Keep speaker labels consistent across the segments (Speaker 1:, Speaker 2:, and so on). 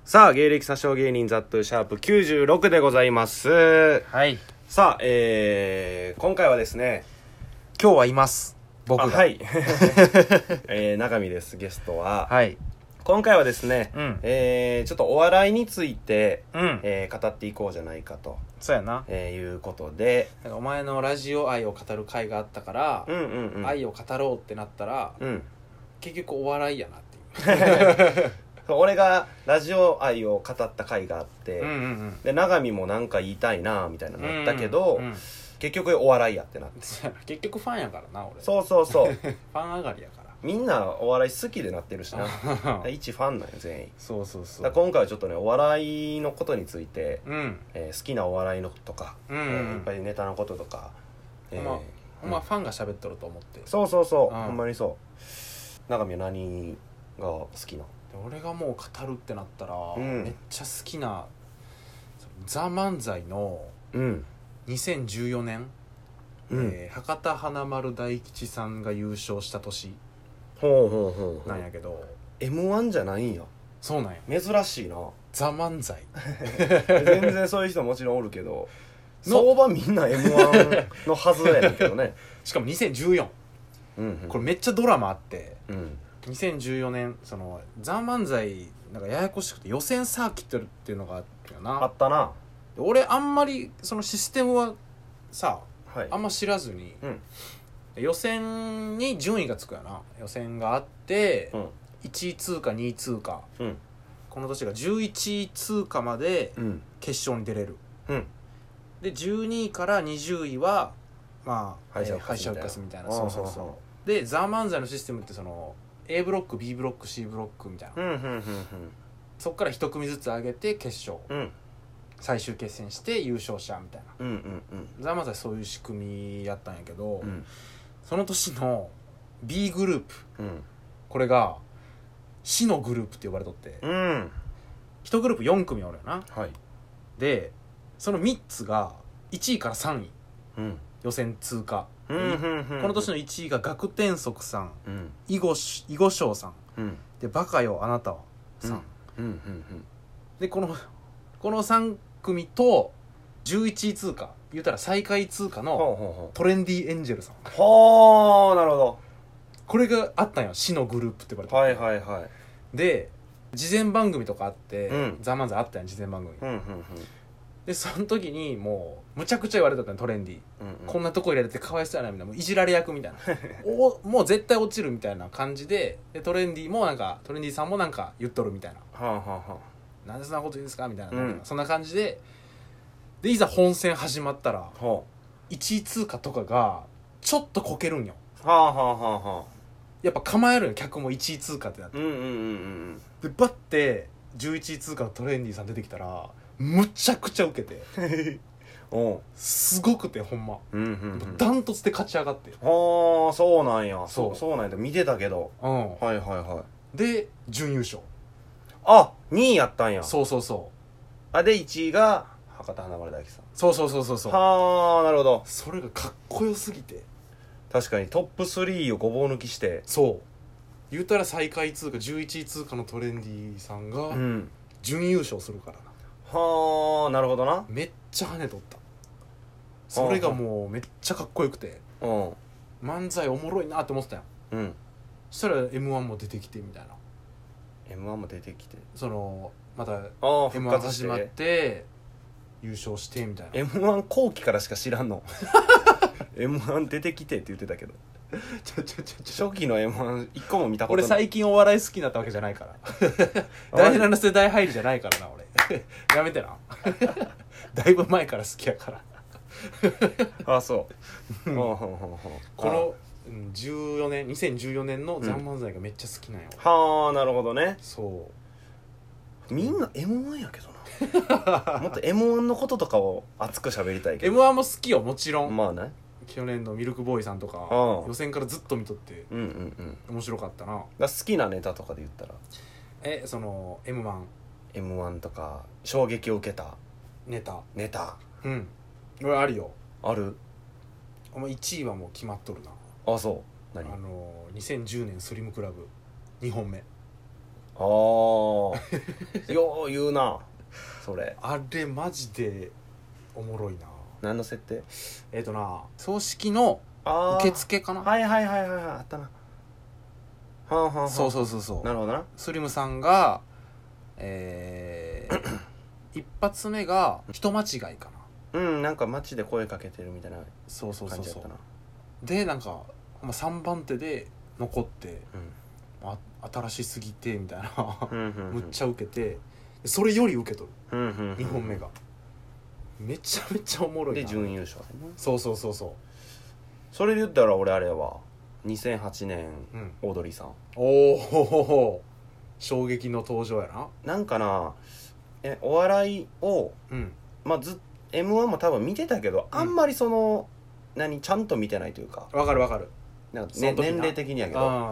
Speaker 1: さあ芸歴詐称芸人ザットゥシャープ96でございます。
Speaker 2: はい。
Speaker 1: さあ、今回はですね、
Speaker 2: 今日はいます僕が。
Speaker 1: はい、中身です。ゲストは、
Speaker 2: はい。
Speaker 1: 今回はですね、
Speaker 2: うん。
Speaker 1: ちょっとお笑いについて、
Speaker 2: うん。
Speaker 1: 語っていこうじゃないかと、
Speaker 2: そうやな。
Speaker 1: いうことで、
Speaker 2: なんかお前のラジオ愛を語る回があったから、
Speaker 1: うんうんうん、
Speaker 2: 愛を語ろうってなったら、
Speaker 1: うん、
Speaker 2: 結局お笑いやなっていう。
Speaker 1: 俺がラジオ愛を語った回があって、
Speaker 2: うんうんうん。
Speaker 1: で永見もなんか言いたいなみたいななったけど、
Speaker 2: うんうん、
Speaker 1: 結局お笑いやってなって、
Speaker 2: 結局ファンやからな俺。
Speaker 1: そうそうそう
Speaker 2: ファン上がりやから。
Speaker 1: みんなお笑い好きでなってるしな一ファンなんよ全員。
Speaker 2: そうそうそう。
Speaker 1: だから今回はちょっとねお笑いのことについて、
Speaker 2: うん、
Speaker 1: 好きなお笑いのとか、
Speaker 2: うんうんうん、
Speaker 1: いっぱいネタのこととか、
Speaker 2: ほんまファンが喋っとると思って。
Speaker 1: そうそうそう、
Speaker 2: うん、
Speaker 1: ほんまにそう。中身は何が好きなの？
Speaker 2: 俺がもう語るってなったら、
Speaker 1: うん、
Speaker 2: めっちゃ好きなザ・漫才の2014年、博多華丸大吉さんが優勝した年なんやけど、
Speaker 1: M1 じゃないんや。
Speaker 2: そうなんや。
Speaker 1: 珍しいな。
Speaker 2: ザ・漫才
Speaker 1: 全然そういう人もちろんおるけど相場みんな M1 のはずやねんけどね
Speaker 2: しかも2014、
Speaker 1: うん、
Speaker 2: これめっちゃドラマあって、
Speaker 1: うん、
Speaker 2: 2014年そのザ・漫才なんかややこしくて予選サーキットっていうのがあったよな。
Speaker 1: あったな。
Speaker 2: 俺あんまりそのシステムはさ、
Speaker 1: はい、
Speaker 2: あんま知らずに、
Speaker 1: うん、
Speaker 2: 予選に順位がつくやな。予選があって、
Speaker 1: うん、
Speaker 2: 1位通過2位通過、
Speaker 1: うん、
Speaker 2: この年が11位通過まで決勝に出れる、
Speaker 1: うん、
Speaker 2: で12位から20位はまあ敗者復活みたいな。そうそうそうでザ・漫才のシステムってその A ブロック B ブロック C ブロックみたいな、
Speaker 1: うんうんうんうん、
Speaker 2: そっから1組ずつ上げて決勝、
Speaker 1: うん、
Speaker 2: 最終決戦して優勝者みたいな、
Speaker 1: うんうんうん、
Speaker 2: ザ・漫才そういう仕組みやったんやけど、
Speaker 1: うん、
Speaker 2: その年の B グループ、
Speaker 1: うん、
Speaker 2: これが死のグループって呼ばれとって、
Speaker 1: うん、
Speaker 2: 1グループ4組おるよな。
Speaker 1: はい、
Speaker 2: でその3つが1位から3位、
Speaker 1: うん、
Speaker 2: 予選通過、
Speaker 1: うんうんうんうん、
Speaker 2: この年の1位が学天則さん、
Speaker 1: うん、
Speaker 2: 囲碁将さん、
Speaker 1: うん、
Speaker 2: でバカよあなたはさん、
Speaker 1: うんうんうん、
Speaker 2: でこの3組と11位通過言うたら最下位通過のトレンディエンジェルさん、
Speaker 1: はあなるほど。
Speaker 2: これがあったんよ、死のグループって呼ばれて。
Speaker 1: はいはいはい。
Speaker 2: で事前番組とかあって、
Speaker 1: うん、
Speaker 2: ザ・漫才あったやん事前番組、
Speaker 1: うんうんうん、
Speaker 2: でその時にもうむちゃくちゃ言われてたのトレンディ、
Speaker 1: うんうん、こ
Speaker 2: んなとこ入れられてかわいそうやなみたいな、もういじられ役みたいなもう絶対落ちるみたいな感じで、トレンディもなんかトレンディさんもなんか言っとるみたいな、
Speaker 1: はあはあは
Speaker 2: あ、なんでそんなこと言うんですかみたいな、
Speaker 1: うん、
Speaker 2: そんな感じでいざ本戦始まったら、
Speaker 1: はあ、
Speaker 2: 1位通過とかがちょっとこけるんよ。
Speaker 1: はあはあはあはあ、
Speaker 2: やっぱ構えるんよ客も1位通過ってなって、
Speaker 1: うんうんうんうん、
Speaker 2: でバッて11位通過のトレンディさん出てきたらむちゃくちゃウケて
Speaker 1: お
Speaker 2: すごくてほんま、
Speaker 1: うんうんうん、
Speaker 2: ダントツで勝ち上がって、
Speaker 1: はあそうなんや。
Speaker 2: そう
Speaker 1: なんや。見てたけど、
Speaker 2: うん、
Speaker 1: はいはいはい。
Speaker 2: で準優勝。
Speaker 1: あ、2位やったんや。
Speaker 2: そうそうそう。
Speaker 1: あ、で1位が博多華丸大吉さん。
Speaker 2: そうそうそうそうそう。
Speaker 1: はあなるほど。
Speaker 2: それがかっこよすぎて、
Speaker 1: 確かにトップ3をごぼう抜きして、
Speaker 2: そう言うたら最下位通過11位通過のトレンディさんが準優勝するからな、
Speaker 1: はあなるほどな。
Speaker 2: めっちゃ跳ねとった。それがもうめっちゃかっこよくて、
Speaker 1: うん、
Speaker 2: 漫才おもろいなって思ってたよ。
Speaker 1: うん、
Speaker 2: そしたら M1 も出てきてみたいな、
Speaker 1: M1 も出てきて、
Speaker 2: そのまた
Speaker 1: M1
Speaker 2: M1 始まって優勝してみたいな。
Speaker 1: M1 後期からしか知らんのM1 出てきてって言ってたけど初期の M1 一個も見たことない。
Speaker 2: 俺最近お笑い好きになったわけじゃないから第7世代入りじゃないからな俺やめてなだいぶ前から好きやから
Speaker 1: あ、そう
Speaker 2: この2014年のザ・漫才がめっちゃ好きなんよ、
Speaker 1: はあなるほどね。
Speaker 2: そう
Speaker 1: みんな M1 やけどなもっと M1 のこととかを熱く喋りたいけど。
Speaker 2: M1 も好きよもちろん。
Speaker 1: まあね、
Speaker 2: 去年のミルクボーイさんとか予選からずっと見とって
Speaker 1: うんうんうん、
Speaker 2: 面白かったな。
Speaker 1: 好きなネタとかで言ったら
Speaker 2: その M1
Speaker 1: とか衝撃を受けた
Speaker 2: ネタ、うん俺あるよ。
Speaker 1: ある？
Speaker 2: お前1位はもう決まっとるな。
Speaker 1: あ、そう。何？
Speaker 2: 2010年スリムクラブ2本目。
Speaker 1: あよう言うなそれ。
Speaker 2: あれマジでおもろいな。
Speaker 1: 何の設定？
Speaker 2: 葬式の受付かな。
Speaker 1: はいはいはいはいあったな。はあはあはあ。
Speaker 2: そうそうそうそう。
Speaker 1: なるほどな。
Speaker 2: スリムさんが一発目が人間違いかな。
Speaker 1: なんか街で声かけてるみたいな
Speaker 2: そうそうそうそう
Speaker 1: 感じだったな。
Speaker 2: でなんか3番手で残って、新しすぎてみたいなむっちゃ受けて、それより受け取る、2本目がめちゃめちゃおもろいな。
Speaker 1: で準優勝。
Speaker 2: そうそうそうそう。
Speaker 1: それで言ったら俺あれは2008年、オードリーさん。
Speaker 2: おお衝撃の登場やな。
Speaker 1: なんかなお笑いを、M1 も多分見てたけど、あんまりそのちゃんと見てないというか。
Speaker 2: わかるわかる。
Speaker 1: なんか、年齢的にやけど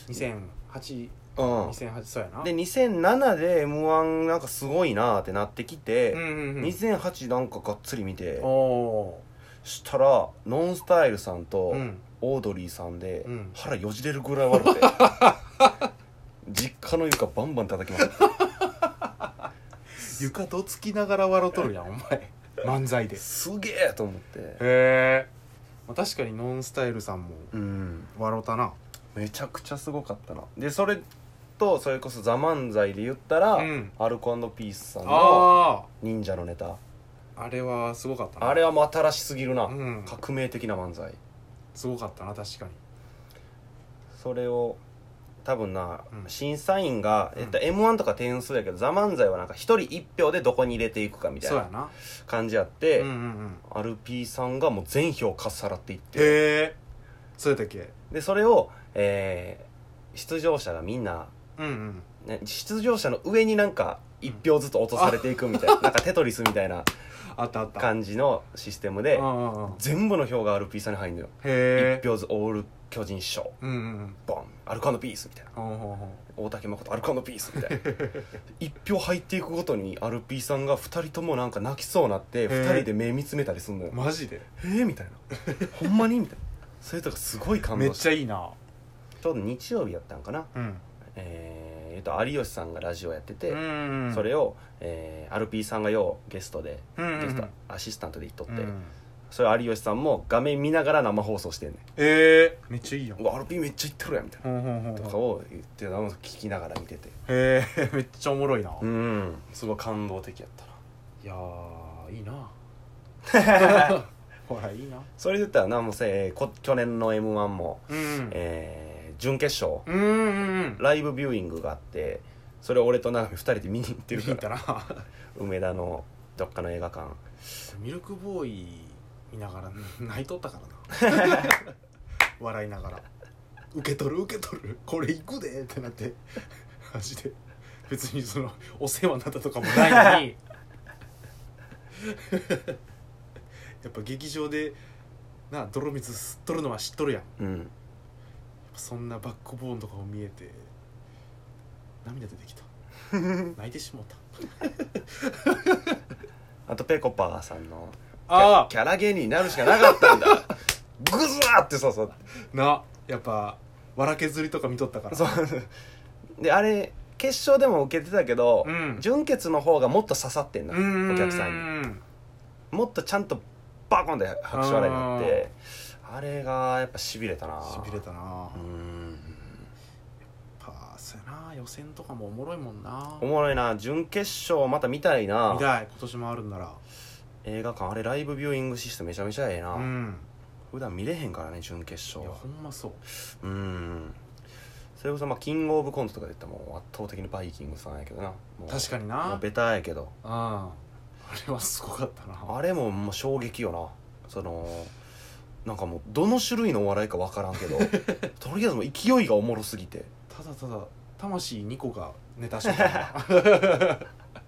Speaker 2: 2008そうやな。
Speaker 1: で2007で M1 なんかすごいなってなってきて、2008なんかがっつり見て、したらノンスタイルさんとオードリーさんで腹よじれるぐらい笑って実家の床バンバン叩きました
Speaker 2: 床どつきながら笑うとるやんお前漫才で。
Speaker 1: すげえと思って。
Speaker 2: へえ。確かにノンスタイルさんも笑うたな。
Speaker 1: めちゃくちゃすごかったな。でそれとそれこそ「ザ漫才で言ったら、アルコ&ピースさんの忍者のネタ、
Speaker 2: あれはすごかったな。
Speaker 1: あれはもう新しすぎるな、革命的な漫才
Speaker 2: すごかったな。確かに
Speaker 1: それを多分な、審査員が、M1 とか点数やけど「ザ漫才はなんか1人1票でどこに入れていくかみたいな感じやって、アルピーさんがもう全票かっさらっていって。
Speaker 2: へえ。そうやったっけ。
Speaker 1: でそれを、出場者がみんな、出場者の上になんか1票ずつ落とされていくみたいな、なんかテトリスみたいな感じのシステムで全部の票がアルピーさんに入るのよ。1票ずつオール巨人師匠、ボンアルコ&ピースみたいな、大竹誠アルコ&ピースみたいな1票入っていくごとにアルピーさんが2人ともなんか泣きそうになって2人で目見つめたりするのよ。
Speaker 2: マジで
Speaker 1: みたいなほんまにみたいな。それとかすごい感動して。
Speaker 2: めっちゃいいな。
Speaker 1: ちょうど日曜日やったんかな、有吉さんがラジオやってて、それを、アルピーさんがゲストで、ゲストアシスタントで行っとって、それ有吉さんも画面見ながら生放送してんねん。
Speaker 2: めっちゃいいやん。
Speaker 1: アルピーめっちゃ行ってるやんみたいなとかを言って聞きながら見てて、
Speaker 2: めっちゃおもろいな。
Speaker 1: すごい感動的やったな。
Speaker 2: いやーいいなほらいいな。
Speaker 1: それで言ったらな、もう去年の M1 も、準決勝、ライブビューイングがあって、それを俺と長見2人で見に行ってるから梅田のどっかの映画館。
Speaker 2: ミルクボーイ見ながら泣いとったからな笑いながら受け取るこれ行くでってなってマジで別にそのお世話になったとかもないのにやっぱ劇場で泥水吸っとるのは知っとるやん、そんなバックボーンとかを見えて涙出てきた泣いてしもうた
Speaker 1: あとペコパーさんのキャラ芸人になるしかなかったんだグズワーってそう
Speaker 2: な、やっぱ笑削りとか見とったから。
Speaker 1: そうであれ決勝でも受けてたけど、準決の方がもっと刺さってんな、お客さんに。もっとちゃんとバコンで拍手笑いになって、あれがやっぱしびれたな。
Speaker 2: やっぱそうやな、予選とかもおもろいもんな。
Speaker 1: おもろいな。準決勝また見たいな。
Speaker 2: 見たい、今年もあるんなら。
Speaker 1: 映画館あれライブビューイングシステムめちゃめちゃええな、普段見れへんからね、準決勝。
Speaker 2: いやほんまそう。
Speaker 1: それこそキングオブコントとかで言ったらもう圧倒的にバイキングさんやけどな。
Speaker 2: 確かにな。
Speaker 1: もうベタやけど、
Speaker 2: あれはすごかったな。
Speaker 1: あれももう衝撃よな。そのなんかもうどの種類のお笑いか分からんけどとりあえずもう勢いがおもろすぎて、
Speaker 2: ただただ魂2個がネタしとったな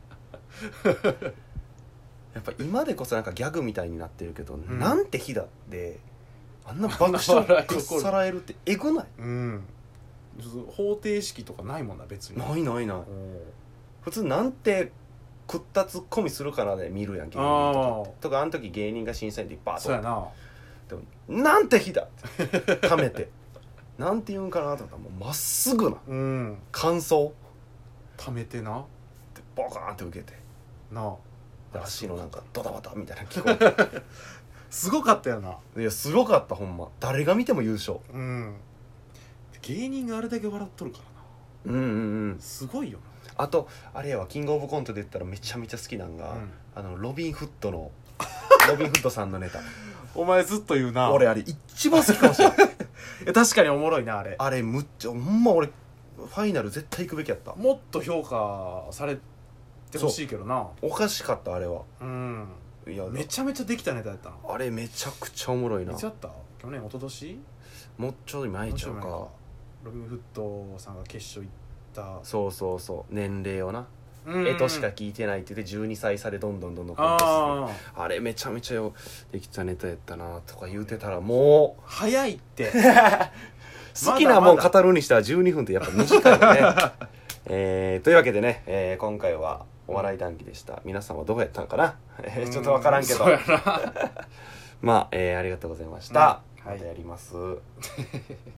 Speaker 1: やっぱ今でこそなんかギャグみたいになってるけど、なんて日だってあんな爆笑かっさらえるってエグない？
Speaker 2: 方程式とかないもんな、別に。
Speaker 1: ない普通なんて食ったツッコミするかなで見るやん、芸人とかあの時芸人が審査員でバーッと、
Speaker 2: そうやな。
Speaker 1: でもなんて日だってためてなんて言うんかなと思ったらもうまっすぐな、感想
Speaker 2: 溜めてな
Speaker 1: でボカーンって受けて
Speaker 2: な
Speaker 1: あ足のなんかドタバタみたいな聞こえて
Speaker 2: すごかったよな。
Speaker 1: いやすごかったほんま誰が見ても優勝。
Speaker 2: 芸人があれだけ笑っとるから
Speaker 1: な。
Speaker 2: すごいよ
Speaker 1: な。あとあれやわキングオブコントで言ったらめちゃめちゃ好きなんが、ロビンフッドのロビンフッドさんのネタ
Speaker 2: お前ずっと言うな。
Speaker 1: 俺あれ一番好きかもしれない
Speaker 2: 確かにおもろいなあれ
Speaker 1: むっちゃほんま俺ファイナル絶対行くべきやった。
Speaker 2: もっと評価されてほしいけどな。
Speaker 1: おかしかったあれは。
Speaker 2: いやめちゃめちゃできたネタやったな
Speaker 1: あれめちゃくちゃおもろいな。
Speaker 2: いつやった？去年一昨年
Speaker 1: もうちょい前ちゃうか。
Speaker 2: ロビンフッドさんが決勝行った
Speaker 1: そう年齢をなとしか聞いてないって言って12歳差でどんどんコンテストあれめちゃめちゃよできたネタやったなとか言うてたらもう
Speaker 2: 早いって
Speaker 1: 好きなもん語るにしては12分ってやっぱ短いよねというわけでね、今回はお笑い談義でした。皆さんはどうやったんかなちょっとわからんけどまあ、ありがとうございました、またやります